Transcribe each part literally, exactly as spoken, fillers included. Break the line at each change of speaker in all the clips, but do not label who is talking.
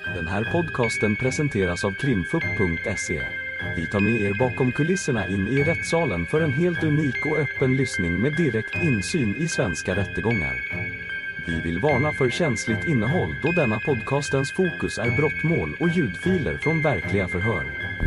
Den här podcasten presenteras av krimfupp punkt se. Vi tar med er bakom kulisserna in i rättssalen för en helt unik och öppen lyssning med direkt insyn i svenska rättegångar. Vi vill varna för känsligt innehåll då denna podcastens fokus är brottmål och ljudfiler från verkliga förhör.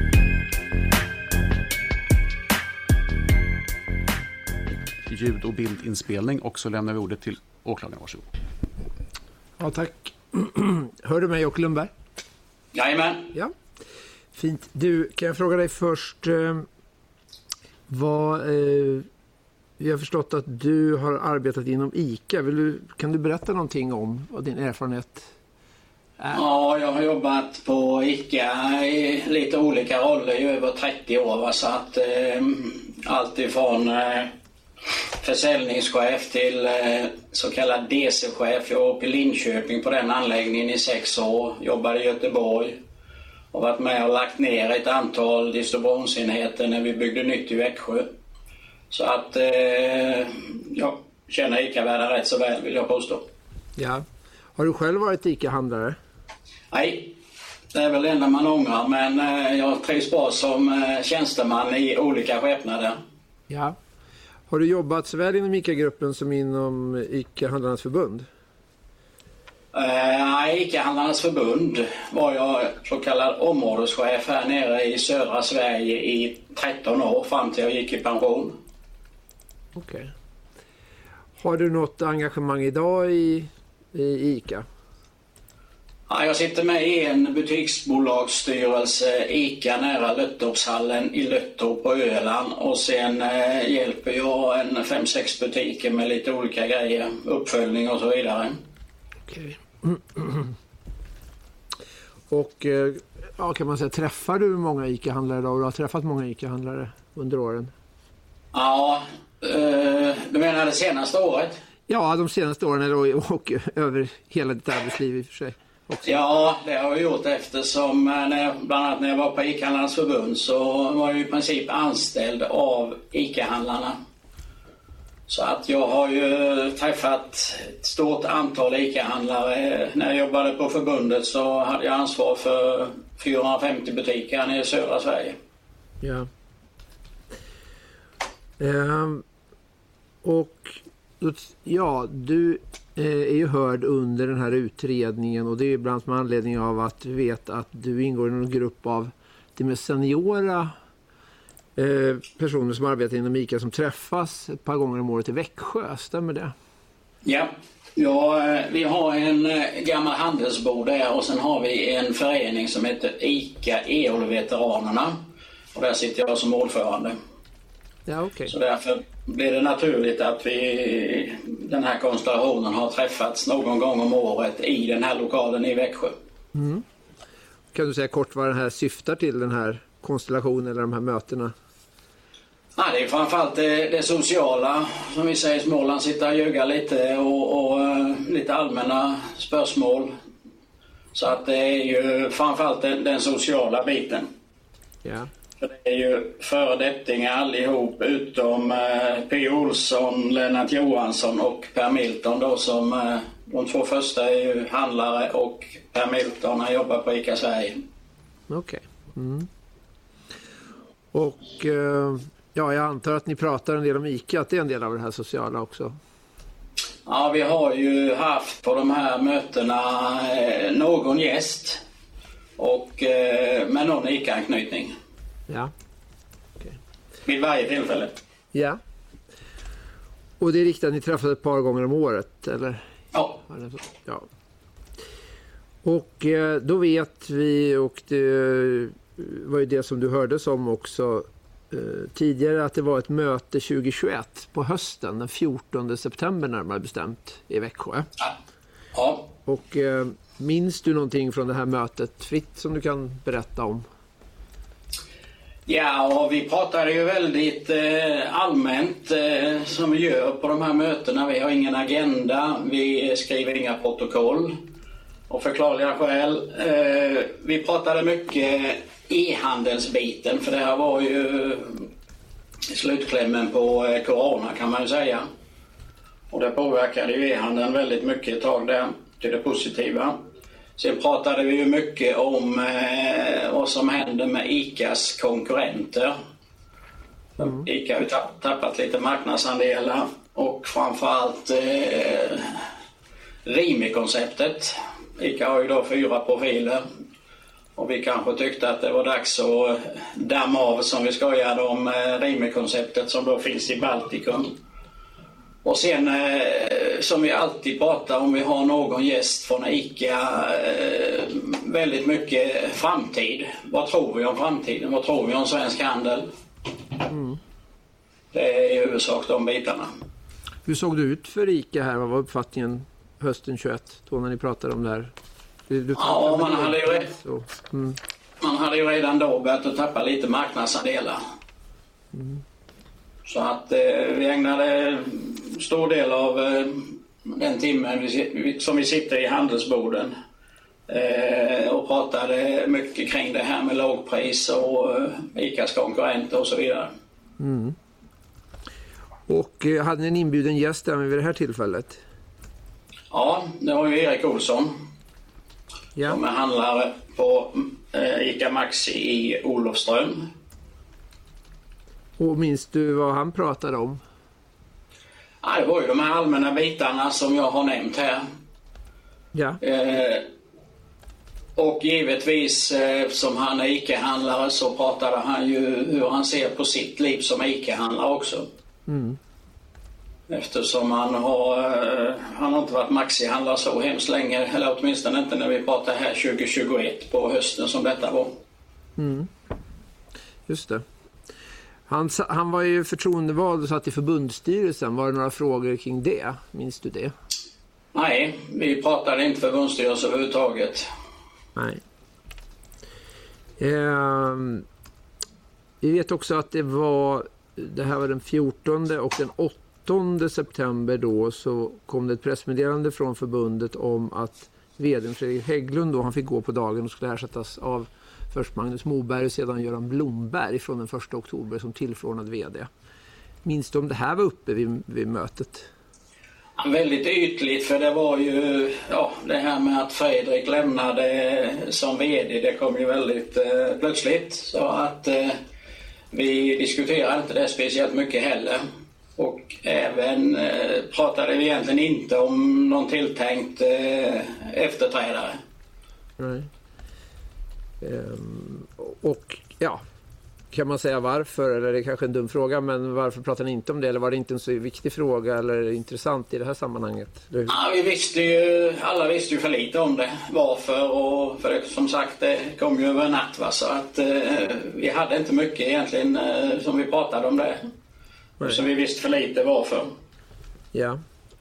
Ljud- och bildinspelning, och så lämnar vi ordet till åklagaren. Varsågod.
Ja, tack. Hör du mig, Åke Lundberg?
Jajamän.
Ja, fint. Du, kan jag fråga dig först eh, vad... Eh, vi har förstått att du har arbetat inom ICA. Vill du, kan du berätta någonting om vad din erfarenhet är?
Ja, jag har jobbat på ICA i lite olika roller i över trettio år. Va? Så att eh, allt ifrån eh, försäljningschef till eh, så kallad D C-chef. Jag var uppe i Linköping på den anläggningen i sex år. Jobbade i Göteborg. Och varit med och lagt ner ett antal distributionsenheter när vi byggde nytt i Växjö. Så att eh, jag känner ICA-världen rätt så väl, vill jag påstå.
Ja. Har du själv varit ICA-handlare?
Nej, det är väl det enda man ångrar, men eh, jag trivs bra som eh, tjänsteman i olika skepnader.
Ja. Har du jobbat såväl inom ICA-gruppen som inom ICA-handlarnas förbund?
Nej, uh, ICA-handlarnas förbund var jag så kallad områdeschef här nere i södra Sverige i tretton år fram till jag gick i pension.
Okej. Okay. Har du något engagemang idag i, i ICA?
Ja, jag sitter med i en butiksbolagsstyrelse, ICA nära Löttorpshallen i Löttorp på Öland, och sen eh, hjälper jag en fem sex butiker med lite olika grejer, uppföljning och så vidare.
Okej. Och ja, kan man säga, träffar du många ICA-handlare då? Du har träffat många ICA-handlare under åren?
Ja, eh, du menar det senaste året?
Ja, de senaste åren eller, och, och över hela ditt arbetsliv i och för sig. Också.
Ja, det har jag gjort eftersom när jag, bland annat när jag var på ICA-handlarnas förbund så var jag i princip anställd av ICA-handlarna. Så att jag har ju träffat ett stort antal ICA-handlare. När jag jobbade på förbundet så hade jag ansvar för fyrahundrafemtio butiker i södra Sverige.
Ja. Ehm, och ja, du eh, är ju hörd under den här utredningen, och det är bland annat med anledning av att vi vet att du ingår i en grupp av de mest seniora Eh, personer som arbetar inom ICA som träffas ett par gånger om året i Växjö, stämmer det?
Ja, ja vi har en gammal handelsbord där, och sen har vi en förening som heter ICA E-veteranerna, och där sitter jag som ordförande.
Ja, okej. Okay.
Så därför blir det naturligt att vi, den här konstellationen har träffats någon gång om året i den här lokalen i Växjö.
Mm. Kan du säga kort vad den här syftar till, den här konstellationen eller de här mötena?
Ja, det är framförallt det, det sociala, som vi säger i Småland, sitta och ljuga lite och, och uh, lite allmänna spörsmål. Så att det är ju framförallt den, den sociala biten.
Ja.
För det är ju föredettingar allihop utom uh, P. Olsson, Lennart Johansson och Per Milton då, som uh, de två första är ju handlare, och Per Milton har jobbat på ICA Sverige.
Okej. Okay. Mm. Och uh, ja, jag antar att ni pratar en del om ICA, att det är en del av det här sociala också.
Ja, vi har ju haft på de här mötena eh, någon gäst och eh, med någon ICA-anknytning.
Ja. Okay.
Vid varje tillfälle.
Ja. Och det är riktigt att ni träffas ett par gånger om året, eller?
Ja.
Ja. Och eh, då vet vi, och det var ju det som du hörde som också eh, tidigare, att det var ett möte tjugohundratjugoett på hösten, den fjortonde september närmare bestämt, i Växjö.
Ja. Ja.
Och eh, minns du någonting från det här mötet fritt som du kan berätta om?
Ja, och vi pratade ju väldigt eh, allmänt eh, som vi gör på de här mötena. Vi har ingen agenda, vi skriver inga protokoll. Och förklarliga skäl. Eh, vi pratade mycket e-handelsbiten, för det här var ju slutklämmen på eh, corona, kan man ju säga. Och det påverkade ju e-handeln väldigt mycket ett tag där till det positiva. Sen pratade vi ju mycket om eh, vad som händer med ICAs konkurrenter. Mm. ICA har ju tappat lite marknadsandelar och framförallt eh, Rimi-konceptet. ICA har ju då fyra profiler och vi kanske tyckte att det var dags att damma av, som vi skojade om, eh, Rimi-konceptet som då finns i Baltikum. Och sen eh, som vi alltid pratar om, vi har någon gäst från ICA, eh, väldigt mycket framtid. Vad tror vi om framtiden? Vad tror vi om svensk handel? Mm. Det är i huvudsak de bitarna.
Hur såg det ut för ICA här? Vad var uppfattningen hösten tjugoett då när ni pratade om det här? Du, du
ja, man hade, ju redan, mm. man hade ju redan då börjat att tappa lite marknadsandelar. Mm. Så att eh, vi ägnade stor del av eh, den timmen vi, som vi sitter i handelsborden eh, och pratade mycket kring det här med lågpris och eh, ICAs konkurrenter och så vidare.
Mm. Och eh, hade ni en inbjuden gäst där vid det här tillfället?
Ja, det var ju Erik Olsson. Ja. Som är handlare på eh, ICA Maxi i Olofström.
Och minns du vad han pratade om?
Ja, det var ju de här allmänna bitarna som jag har nämnt här.
Ja.
Eh, och givetvis eh, som han är ICA-handlare så pratade han ju hur han ser på sitt liv som ICA-handlare också. Mm. Eftersom han har, eh, han har inte varit Maxi-handlare så hemskt länge, eller åtminstone inte när vi pratar här tjugo tjugoett på hösten som detta var.
Mm. Just det. Han, han var ju förtroendevald och satt i förbundsstyrelsen. Var det några frågor kring det? Minns du det?
Nej, vi pratade inte förbundsstyrelse överhuvudtaget.
Nej. Eh, vi vet också att det var, det här var den fjortonde och den åttonde september då så kom det ett pressmeddelande från förbundet om att vdn Fredrik Hägglund då, han fick gå på dagen och skulle ersättas av först Magnus Moberg och sedan Göran Blomberg från den första oktober som tillförordnad vd. Minns du om det här var uppe vid, vid mötet?
Ja, väldigt ytligt, för det var ju ja, det här med att Fredrik lämnade som vd, det kom ju väldigt eh, plötsligt. Så att eh, vi diskuterade inte det speciellt mycket heller. Och även eh, pratade vi egentligen inte om någon tilltänkt eh, efterträdare.
Nej. Um, och ja, kan man säga varför, eller det är kanske en dum fråga, men varför pratar ni inte om det, eller var det inte en så viktig fråga eller intressant i det här sammanhanget?
Ja, vi visste ju, alla visste ju för lite om det, varför, och för det, som sagt det kom ju över en natt, va? Så att eh, vi hade inte mycket egentligen eh, som vi pratade om det. Nej. Så vi visste för lite varför.
Ja.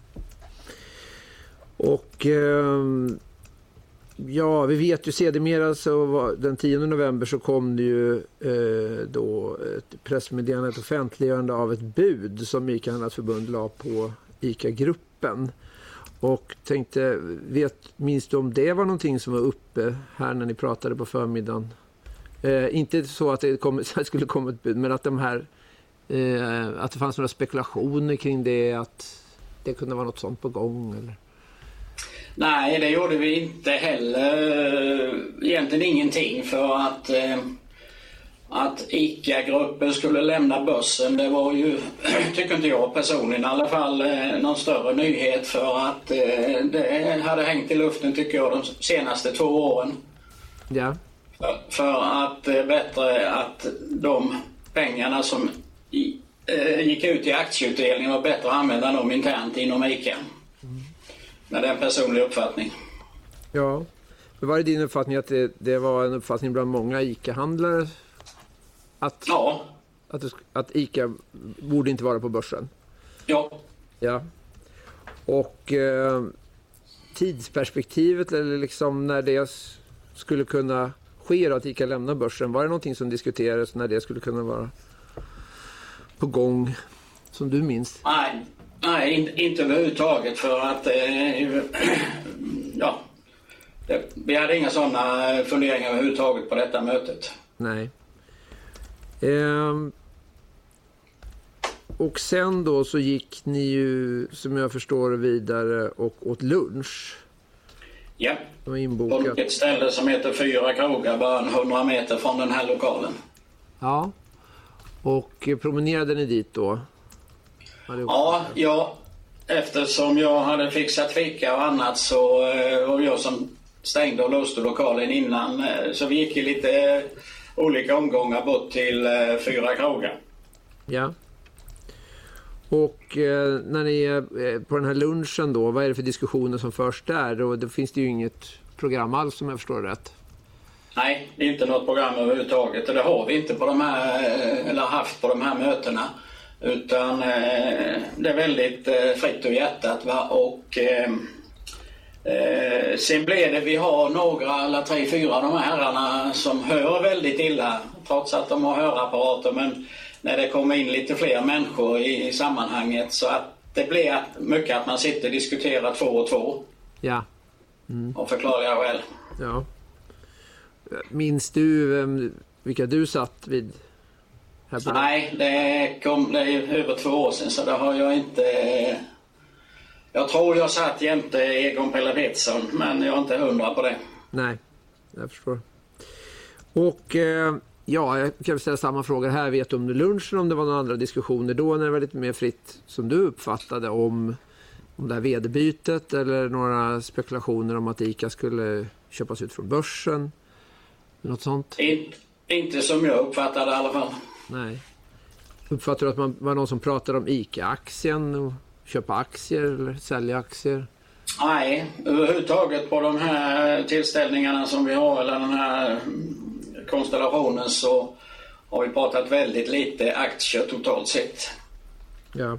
Och eh, ja, vi vet ju sedermera så var, den tionde november så kom det ju eh, då ett pressmeddelande, ett offentliggörande av ett bud som ICA-handlarnas förbund la på ICA-gruppen. Och tänkte, vet, minns du om det var någonting som var uppe här när ni pratade på förmiddagen? Eh, inte så att det kom, skulle komma ett bud, men att de här eh, att det fanns några spekulationer kring det, att det kunde vara något sånt på gång eller?
Nej, det gjorde vi inte heller. Egentligen ingenting, för att eh, att ICA-gruppen skulle lämna börsen, det var ju, tycker inte jag personligen i alla fall, eh, någon större nyhet, för att eh, det hade hängt i luften tycker jag de senaste två åren.
Ja.
För, för att eh, bättre att de pengarna som i, eh, gick ut i aktieutdelning var bättre att använda dem internt inom ICA. Men det är en personlig uppfattning.
Ja, men var det din uppfattning att det, det var en uppfattning bland många ICA-handlare att,
ja.
att, det, att ICA borde inte vara på börsen?
Ja.
Ja. Och eh, tidsperspektivet, eller liksom när det skulle kunna ske att ICA lämnar börsen, var det någonting som diskuterades när det skulle kunna vara på gång som du minns?
Nej. Nej, inte, inte överhuvudtaget, för att eh, ja, det, vi hade inga sådana funderingar överhuvudtaget på detta mötet.
Nej. Ehm, och sen då så gick ni ju, som jag förstår, vidare och åt lunch.
Ja,
Det var inbokat.
på ett ställe som heter Fyra krogar, bara hundra meter från den här lokalen.
Ja. Och eh, promenerade ni dit då?
Ja, ja, eftersom jag hade fixat fika och annat så eh, var jag som stängde och låste lokalen innan. Eh, så vi gick i lite eh, olika omgångar bort till eh, Fyra krogar.
Ja. Och eh, när ni är eh, på den här lunchen då, vad är det för diskussioner som förs där? Och det finns det ju inget program alls som jag förstår rätt.
Nej, det är inte något program överhuvudtaget. Och det har vi inte på de här, eh, eller haft på de här mötena. Utan eh, det är väldigt eh, fritt och hjärtat. Va? Och eh, eh, sen blir det, vi har några, eller tre, fyra av de här herrarna som hör väldigt illa. Trots att de har hörapparater, men när det kommer in lite fler människor i, i sammanhanget så att det blir att, mycket att man sitter och diskuterar två och två.
Ja. Mm.
Och förklarar jag väl.
Ja. Minns du vem, vilka du satt vid? Här på
Nej, det, kom, det är över två år sedan så det har jag inte... Jag tror jag satt jämte Egon Pelle Pettersson, men jag är inte hundra på det.
Nej, jag förstår. Och eh, ja, jag kan ställa samma fråga här. Vet du under lunchen om det var några andra diskussioner då när det var lite mer fritt som du uppfattade om, om det här vd-bytet eller några spekulationer om att ICA skulle köpas ut från börsen? Något sånt?
In, inte som jag uppfattade i alla fall.
Nej. Uppfattar du att man var någon som pratade om ICA-aktien och köpa aktier eller sälja aktier?
Nej, överhuvudtaget på de här tillställningarna som vi har eller den här konstellationen så har vi pratat väldigt lite aktier totalt sett.
Ja.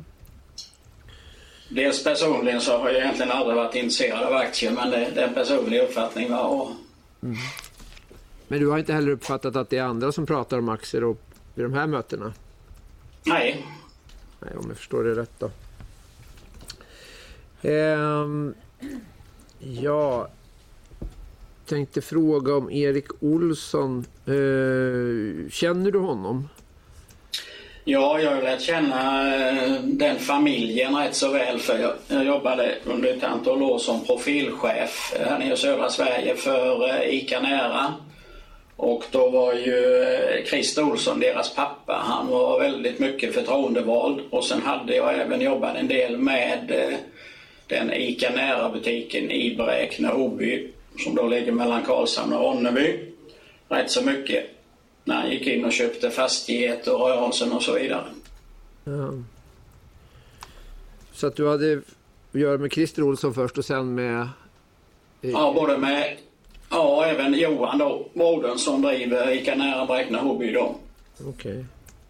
Dels personligen så har jag egentligen aldrig varit intresserad av aktier, men det, det är en personlig uppfattning. Va? Och...
Mm. Men du har inte heller uppfattat att det är andra som pratar om aktier och vid de här mötena?
Nej.
Nej, om jag förstår det rätt då. Ehm, ja, tänkte fråga om Erik Olsson. Ehm, känner du honom?
Ja, jag har lärt känna den familjen rätt så väl för jag, jag jobbade under ett antal år som profilchef här nere i södra Sverige för ICA Nära. Och då var ju Christer Olsson, deras pappa, han var väldigt mycket förtroendevald. Och sen hade jag även jobbat en del med den ICA Nära-butiken i Bräkne-Hoby som då ligger mellan Karlshamn och Ronneby. Rätt så mycket när han gick in och köpte fastigheter och rörelsen och så vidare.
Ja. Så att du hade att göra med Christer Olsson först och sen med...
Ja, både med... Ja, även Johan då, brodern som driver ICA Nära Bräkne-Hoby då.
Okej. Okay.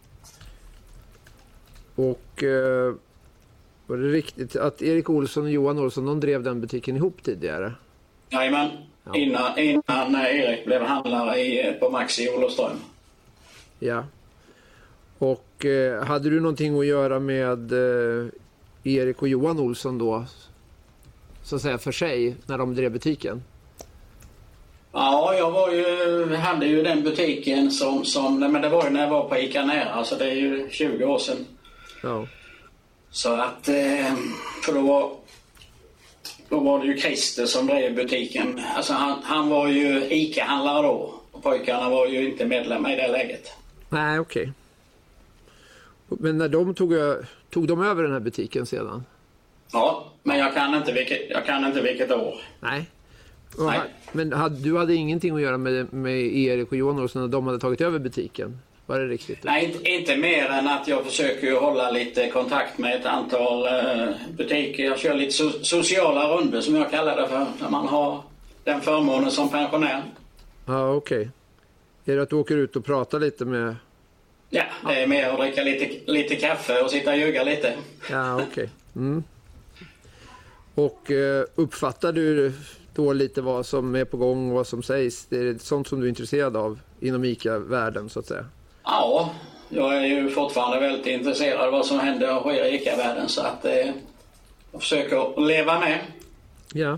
Och eh, var det riktigt att Erik Olsson och Johan Olsson, de drev den butiken ihop tidigare?
Jajamän, ja. innan, innan Erik blev handlare i, på Maxi i Olofström.
Ja. Och eh, hade du någonting att göra med eh, Erik och Johan Olsson då, så att säga för sig, när de drev butiken?
Ja, jag var ju, hade ju den butiken som, som men det var ju när jag var på ICA Nära, så det är ju tjugo år sedan.
Ja.
Så att, för då var, då var det ju Christer som drev butiken. Alltså han, han var ju ICA-handlare då, och pojkarna var ju inte medlemmar i det läget.
Nej, okej. Okay. Men när de tog, tog de över den här butiken sedan?
Ja, men jag kan inte vilket, jag kan inte vilket år.
Nej.
Nej.
Men hade, du hade ingenting att göra med, med Erik och Johan Olsson när de hade tagit över butiken? Var det riktigt?
Nej, inte, inte mer än att jag försöker ju hålla lite kontakt med ett antal eh, butiker. Jag kör lite so sociala runder som jag kallar det för, när man har den förmånen som pensionär.
Ja, okej. Okay. Är det att du åker ut och pratar lite med...
Ja, det är mer att dricka lite, lite kaffe och sitta och ljuga lite.
Ja, okej. Okay. Mm. Och eh, uppfattar du då lite vad som är på gång och vad som sägs? Det är sånt som du är intresserad av inom ICA-världen så att säga?
Ja, jag är ju fortfarande väldigt intresserad av vad som händer och sker i ICA-världen, så att eh, jag försöker leva med.
Ja.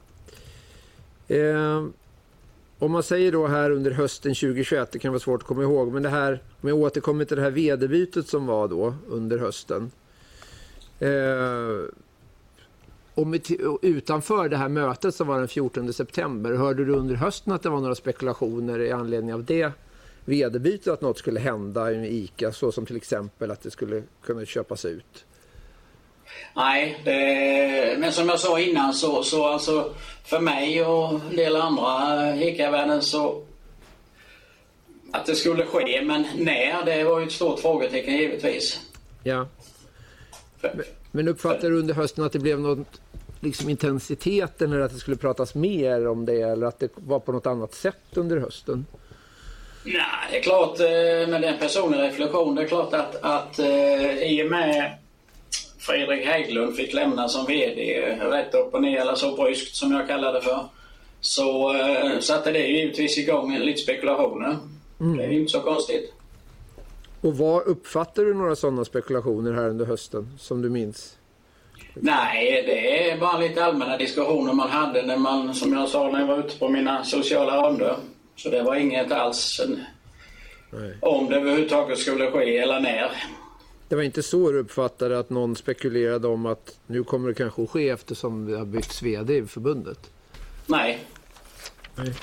Eh, om man säger då här under hösten tjugohundratjugoett, det kan vara svårt att komma ihåg, men det här, om jag återkommer till det här vd-bytet som var då under hösten. Eh, om utanför det här mötet som var den fjortonde september, hörde du under hösten att det var några spekulationer i anledning av det vederbytet, att något skulle hända med ICA, så som till exempel att det skulle kunna köpas ut?
Nej, det, men som jag sa innan så, så alltså för mig och en del andra ICA-vänner så att det skulle ske, men när, det var ju ett stort frågetecken givetvis.
Ja.
För,
men uppfattar du under hösten att det blev något liksom intensiteten, eller att det skulle pratas mer om det, eller att det var på något annat sätt under hösten?
Nej, det är klart med den personliga reflektion, det är klart att, att i och med Fredrik Hägglund fick lämna som vd rätt upp och ner, eller så bryskt som jag kallar det för, så uh, satte det givetvis igång lite spekulationer. Mm. Det är inte så konstigt.
Och vad uppfattar du några sådana spekulationer här under hösten som du minns?
Nej, det är bara lite allmänna diskussioner man hade när man, som jag sa, när jag var ute på mina sociala ronder. Så det var inget alls Nej. om det överhuvudtaget skulle ske eller när.
Det var inte så du uppfattade att någon spekulerade om att nu kommer det kanske att ske eftersom det har byggts vd i förbundet?
Nej.
Nej.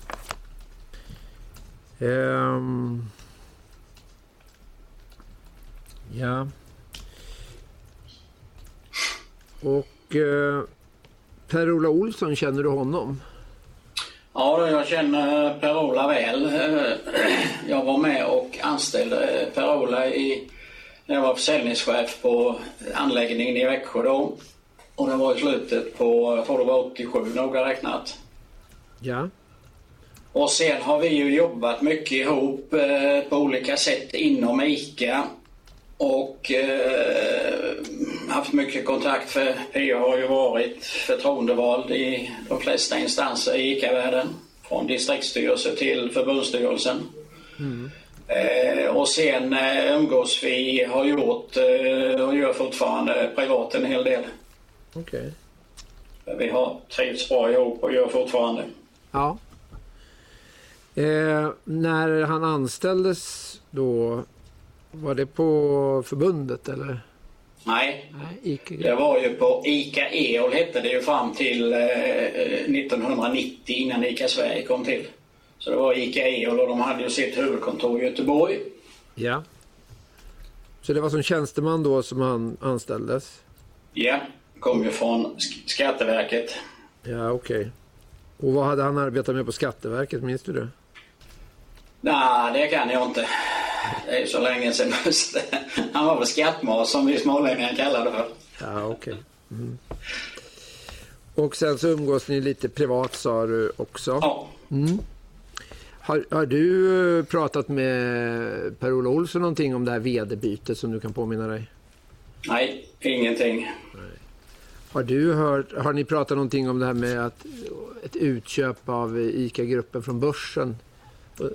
Um, ja. Och uh, Per-Ola Olsson, känner du honom?
Ja, jag känner Per-Ola väl. Jag var med och anställde Per-Ola i, när jag var försäljningschef på anläggningen i Växjö då. Och det var i slutet på, jag tror det var åttiosju noga räknat.
Ja.
Och sen har vi ju jobbat mycket ihop eh, på olika sätt inom ICA. Och eh, haft mycket kontakt, för P O har ju varit förtroendevald i de flesta instanser i ICA-världen. Från distriktsstyrelse till förbundsstyrelsen. Mm. Eh, och sen eh, umgås vi, har gjort eh, och gör fortfarande privat en hel del.
Okej.
Okay. Vi har trivts bra ihop och gör fortfarande.
Ja. Eh, när han anställdes då, var det på förbundet eller?
Nej,
Nej ICA.
Det var ju på ICA E-ol hette det ju fram till eh, nittonhundranittio, innan ICA Sverige kom till. Så det var ICA E-ol och de hade ju sitt huvudkontor i Göteborg.
Ja. Så det var som tjänsteman då som han anställdes?
Ja, kom ju från Skatteverket.
Ja, okej. Okay. Och vad hade han arbetat med på Skatteverket, minns du det?
Nej, det kan jag inte. Det är ju så länge sedan. Han var väl skattmas som vi smålänningar kallar det för.
Ja, okej. Okay. Mm. Och sen så umgås ni lite privat, sa du också.
Ja.
Mm. Har, har du pratat med Per-Ola Olsson någonting om det här vd-bytet som du kan påminna dig?
Nej, ingenting.
Nej. Har du hört, har ni pratat någonting om det här med att ett utköp av ICA-gruppen från börsen? Mm.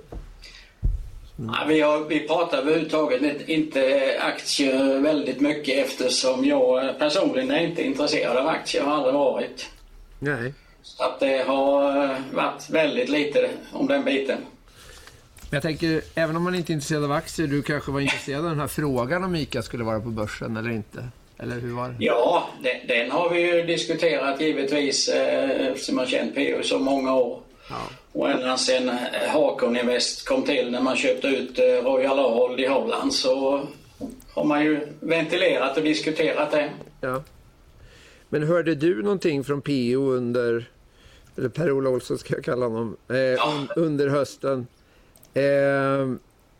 Ja, vi, har, vi pratar överhuvudtaget inte aktier väldigt mycket, eftersom jag personligen är inte intresserad av aktier, har aldrig varit.
Nej.
Så att det har varit väldigt lite om den biten.
Men jag tänker, även om man inte är intresserad av aktier, du kanske var intresserad av den här frågan om ICA skulle vara på börsen eller inte? Eller hur var det?
Ja, den, den har vi ju diskuterat givetvis, eh, som har känt P O i så många år. Ja. Och ända sedan Hakon Invest kom till, när man köpte ut Royal Ahold i Holland, så har man ju ventilerat och diskuterat det.
Ja. Men hörde du någonting från P O under, eller Per-Ola Olsson ska jag kalla honom, eh, ja. un, under hösten eh,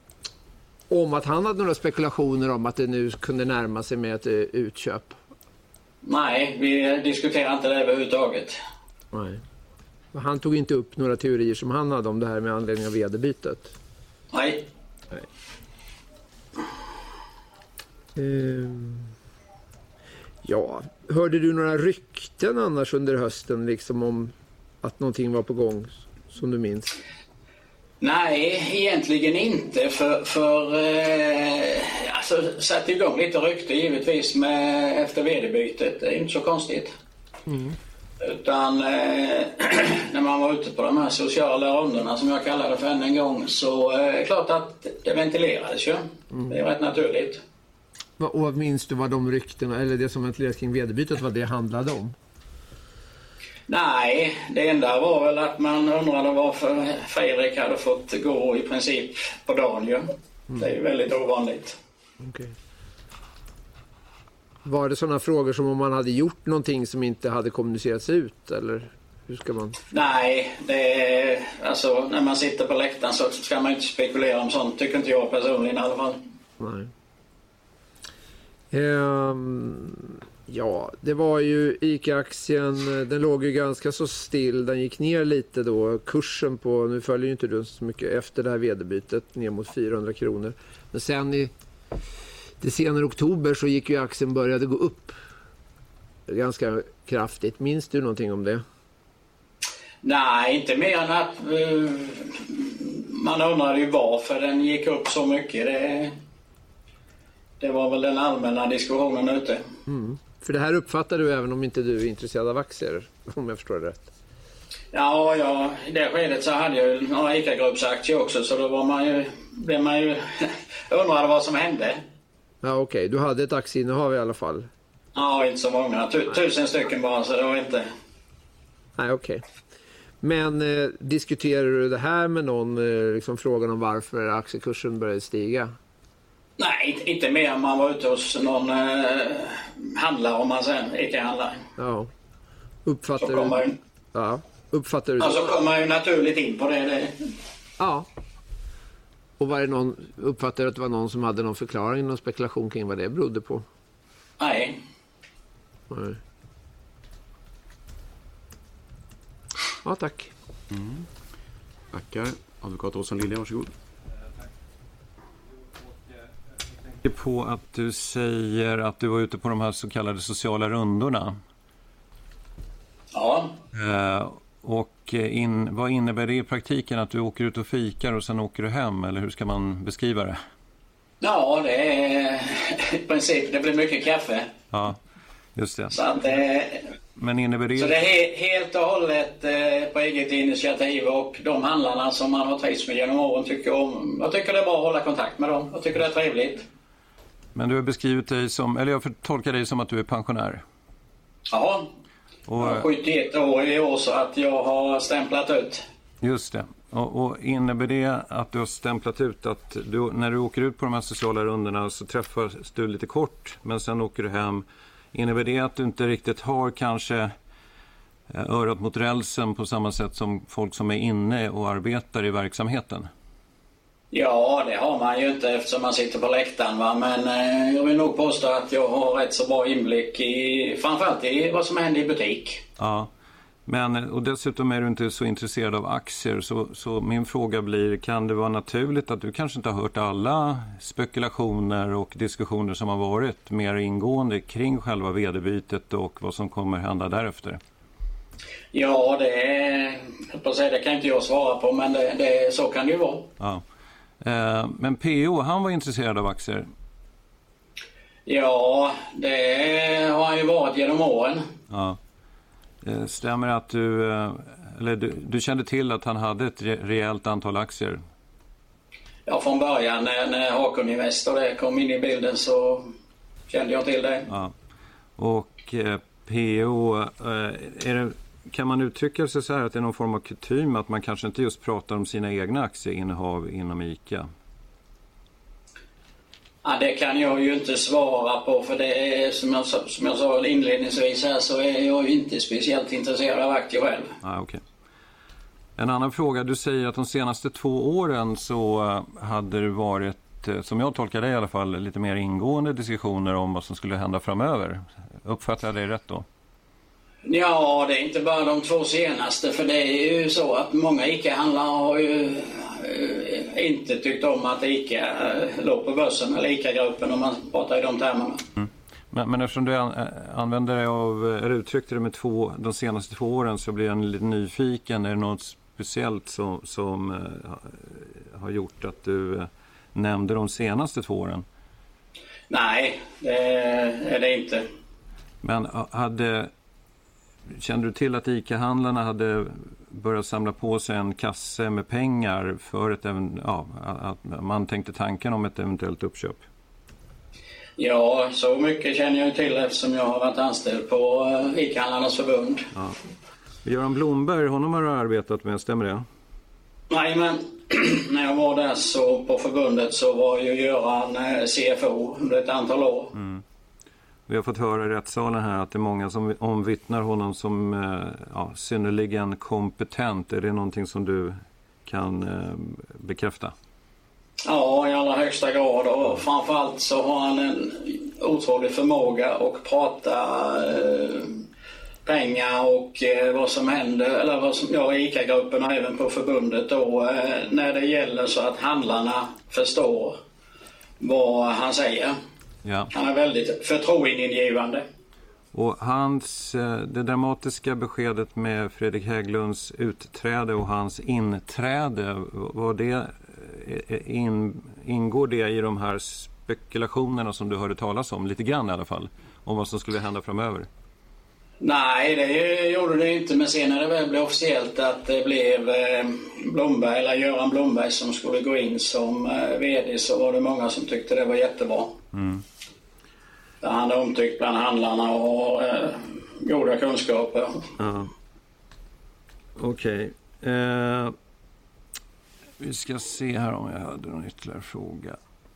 om att han hade några spekulationer om att det nu kunde närma sig med ett utköp?
Nej, vi diskuterar inte det överhuvudtaget.
Nej. Han tog inte upp några teorier som han hade om det här med anledning av vd-bytet?
Nej.
Nej. Um, ja, hörde du några rykten annars under hösten liksom om att någonting var på gång som du minns?
Nej, egentligen inte, för, för eh, alltså, satte igång lite rykte givetvis med, efter vd-bytet. Det är inte så konstigt. Mm. Utan eh, när man var ute på de här sociala ronderna, som jag kallar det för än en gång, så är det klart att det ventilerades ju. Mm. Det är rätt naturligt.
Och minns du vad de ryktena, eller det som ventilerades kring vd-bytet, vad det handlade om?
Nej, det enda var väl att man undrade varför Fredrik hade fått gå i princip på dagen. Mm. Det är ju väldigt ovanligt.
Okay. Var det sådana frågor som om man hade gjort någonting som inte hade kommunicerats ut, eller hur ska man?
Nej, det är, alltså, när man sitter på läktaren så ska man inte spekulera om sånt, tycker inte jag personligen i alla fall.
Nej. Um, ja, det var ju ICA-aktien, den låg ju ganska så still, den gick ner lite då, kursen på, nu följer ju inte du så mycket efter det här vederbytet, ner mot fyrahundra kronor. Men sen i det senare oktober så gick ju aktien började gå upp ganska kraftigt. Minns du någonting om det?
Nej, inte mer än att uh, man undrade ju varför den gick upp så mycket. Det, det var väl den allmänna diskussionen ute.
Mm. För det här uppfattar du även om inte du är intresserad av aktier, om jag förstår det rätt.
Ja, ja, i det skedet så hade jag ju några ICA-gruppsaktier också, så då var man ju, blev man ju undrade vad som hände.
Ja, okej. Okay. Du hade ett aktieinnehav i alla fall.
Ja, inte så många. Tu- tusen stycken bara, så det var inte...
Nej, okej. Okay. Men eh, diskuterar du det här med någon, eh, liksom frågan om varför aktiekursen började stiga?
Nej, inte mer än man var ute hos någon eh, handlare, om man sen icke handlar.
Ja. Uppfattar
så kommer
du...
ju...
Ja. Uppfattar du...
Ja, så kommer man ju naturligt in på det. det.
Ja. Och var det någon, uppfattar du att det var någon som hade någon förklaring, någon spekulation kring vad det berodde på?
Nej.
Nej. Ja, tack.
Mm. Tackar. Advokat Åsson Lilja, varsågod.
Jag tänker på att du säger att du var ute på de här så kallade sociala rundorna.
Ja.
Eh, och in, vad innebär det i praktiken, att du åker ut och fikar och sen åker du hem, eller hur ska man beskriva det?
Ja, det är i princip, det blir mycket kaffe.
Ja, just det.
Så att det...
Men innebär det...
Så det är he- helt och hållet eh, på eget initiativ, och de handlarna som man har trivts med genom åren tycker om. Jag tycker det är bra att hålla kontakt med dem. Jag tycker det är trevligt.
Men du har beskrivit dig som, eller jag får tolka dig som att du är pensionär.
Ja,
och,
jag har sjuttioett år i år, så att jag har stämplat ut.
Just det. Och, och innebär det att du har stämplat ut att du, när du åker ut på de här sociala rundorna så träffas du lite kort, men sen åker du hem. Innebär det att du inte riktigt har kanske örat mot rälsen på samma sätt som folk som är inne och arbetar i verksamheten?
Ja, det har man ju inte eftersom man sitter på läktaren, va? Men eh, jag vill nog påstå att jag har rätt så bra inblick i, framförallt i vad som händer i butik.
Ja, men och dessutom är du inte så intresserad av aktier, så, så min fråga blir, kan det vara naturligt att du kanske inte har hört alla spekulationer och diskussioner som har varit mer ingående kring själva vederbytet och vad som kommer hända därefter?
Ja, det, är, på säga, det kan inte jag svara på, men det, det, så kan det ju vara.
Ja. Eh, men P O, han var intresserad av aktier?
Ja, det har han ju varit genom åren.
Ja. Stämmer att du, eller du, du kände till att han hade ett rejält antal aktier?
Ja, från början när, när Hakon Invest och det kom in i bilden så kände jag till det.
Ja. Och eh, P O, eh, är det, kan man uttrycka sig så här att det är någon form av kutym att man kanske inte just pratar om sina egna aktieinnehav inom ICA?
Ja, det kan jag ju inte svara på, för det är, som jag, som jag sa inledningsvis här, så är jag ju inte speciellt intresserad av aktier själv.
Ah, okay. En annan fråga, du säger att de senaste två åren så hade det varit, som jag tolkar det i alla fall, lite mer ingående diskussioner om vad som skulle hända framöver. Uppfattar jag det rätt då?
Ja, det är inte bara de två senaste, för det är ju så att många ICA-handlare har ju inte tyckt om att ICA låg på börsen, eller ICA-gruppen om man pratar i de termerna.
Mm. Men, men eftersom du an, använder dig av, eller uttryckte det med två, de senaste två åren, så blir jag lite nyfiken. Är det något speciellt som, som uh, har gjort att du uh, nämnde de senaste två åren?
Nej, det är det inte. Men
uh, hade... Kände du till att ICA-handlarna hade börjat samla på sig en kasse med pengar för ett, ja, att man tänkte tanken om ett eventuellt uppköp?
Ja, så mycket känner jag till eftersom jag har varit anställd på ICA-handlarnas förbund.
Ja. Göran Blomberg, honom har du arbetat med, stämmer det?
Nej, men när jag var där så på förbundet så var ju Göran C F O under ett antal år.
Mm. Vi har fått höra i rättssalen här att det är många som omvittnar honom som ja, synnerligen kompetent. Är det någonting som du kan eh, bekräfta?
Ja, i allra högsta grad, och framförallt så har han en otrolig förmåga att prata eh, pengar och eh, vad som händer, eller vad som gör i ICA-gruppen och även på förbundet då, eh, när det gäller så att handlarna förstår vad han säger.
Ja.
Han är väldigt förtroendeingivande.
Och hans, det dramatiska beskedet med Fredrik Hägglunds utträde och hans inträde, var det, in, ingår det i de här spekulationerna som du hörde talas om, lite grann i alla fall, om vad som skulle hända framöver?
Nej, det gjorde det inte, men sen när det väl blev officiellt att det blev Blomberg, eller Göran Blomberg, som skulle gå in som vd, så var det många som tyckte det var jättebra. Mm. Han är omtyckt bland handlarna och eh, goda kunskaper.
Ja. Okej. Okay. Eh, vi ska se här om jag hade någon ytterligare fråga.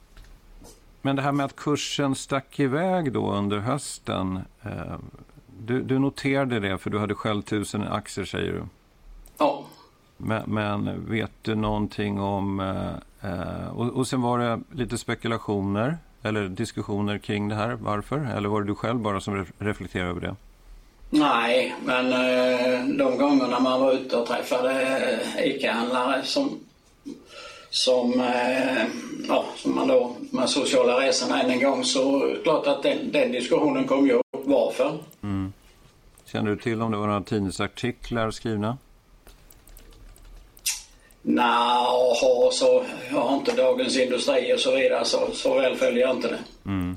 Men det här med att kursen stack iväg då under hösten. Eh, du, du noterade det för du hade själv tusen aktier, säger du.
Ja.
Men, men vet du någonting om... Eh, och, och sen var det lite spekulationer eller diskussioner kring det här. Varför? Eller var det du själv bara som reflekterade över det?
Nej, men eh, de gångerna man var ute och träffade eh, ICA-handlare som, som, eh, ja, som man då med sociala resorna än en gång, så klart att den, den diskussionen kom ju upp. Varför?
Mm. Känner du till om det var några tidningsartiklar skrivna?
Nej, så jag har inte Dagens Industri och så vidare, så, så väl följer jag inte det.
Mm.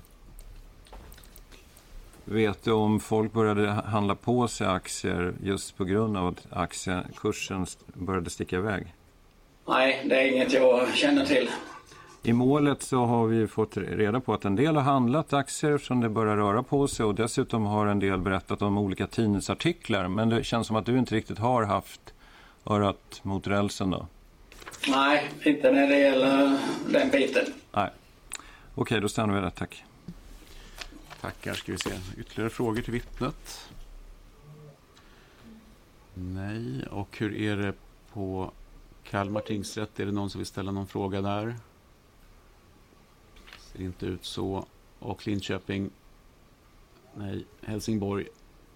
Vet du om folk började handla på sig aktier just på grund av att aktiekursen började sticka iväg?
Nej, det är inget jag känner till.
I målet så har vi fått reda på att en del har handlat aktier som det börjar röra på sig, och dessutom har en del berättat om olika tidningsartiklar. Men det känns som att du inte riktigt har haft örat mot rälsen då?
Nej, inte när det gäller den biten.
Nej. Okej, då stannar vi där. Tack.
Tackar. Ska vi se. Ytterligare frågor till vittnet? Nej. Och hur är det på Kalmar tingsrätt? Är det någon som vill ställa någon fråga där? Ser inte ut så. Och Linköping? Nej. Helsingborg?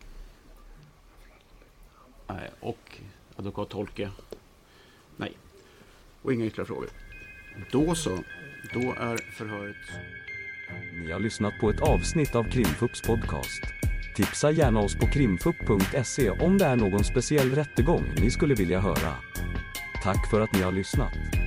Nej. Och advokat Tolke? Nej. Och inga ytterligare frågor. Då så. Då är förhöret...
Ni har lyssnat på ett avsnitt av Krimfupps podcast. Tipsa gärna oss på krimfupp punkt se om det är någon speciell rättegång ni skulle vilja höra. Tack för att ni har lyssnat.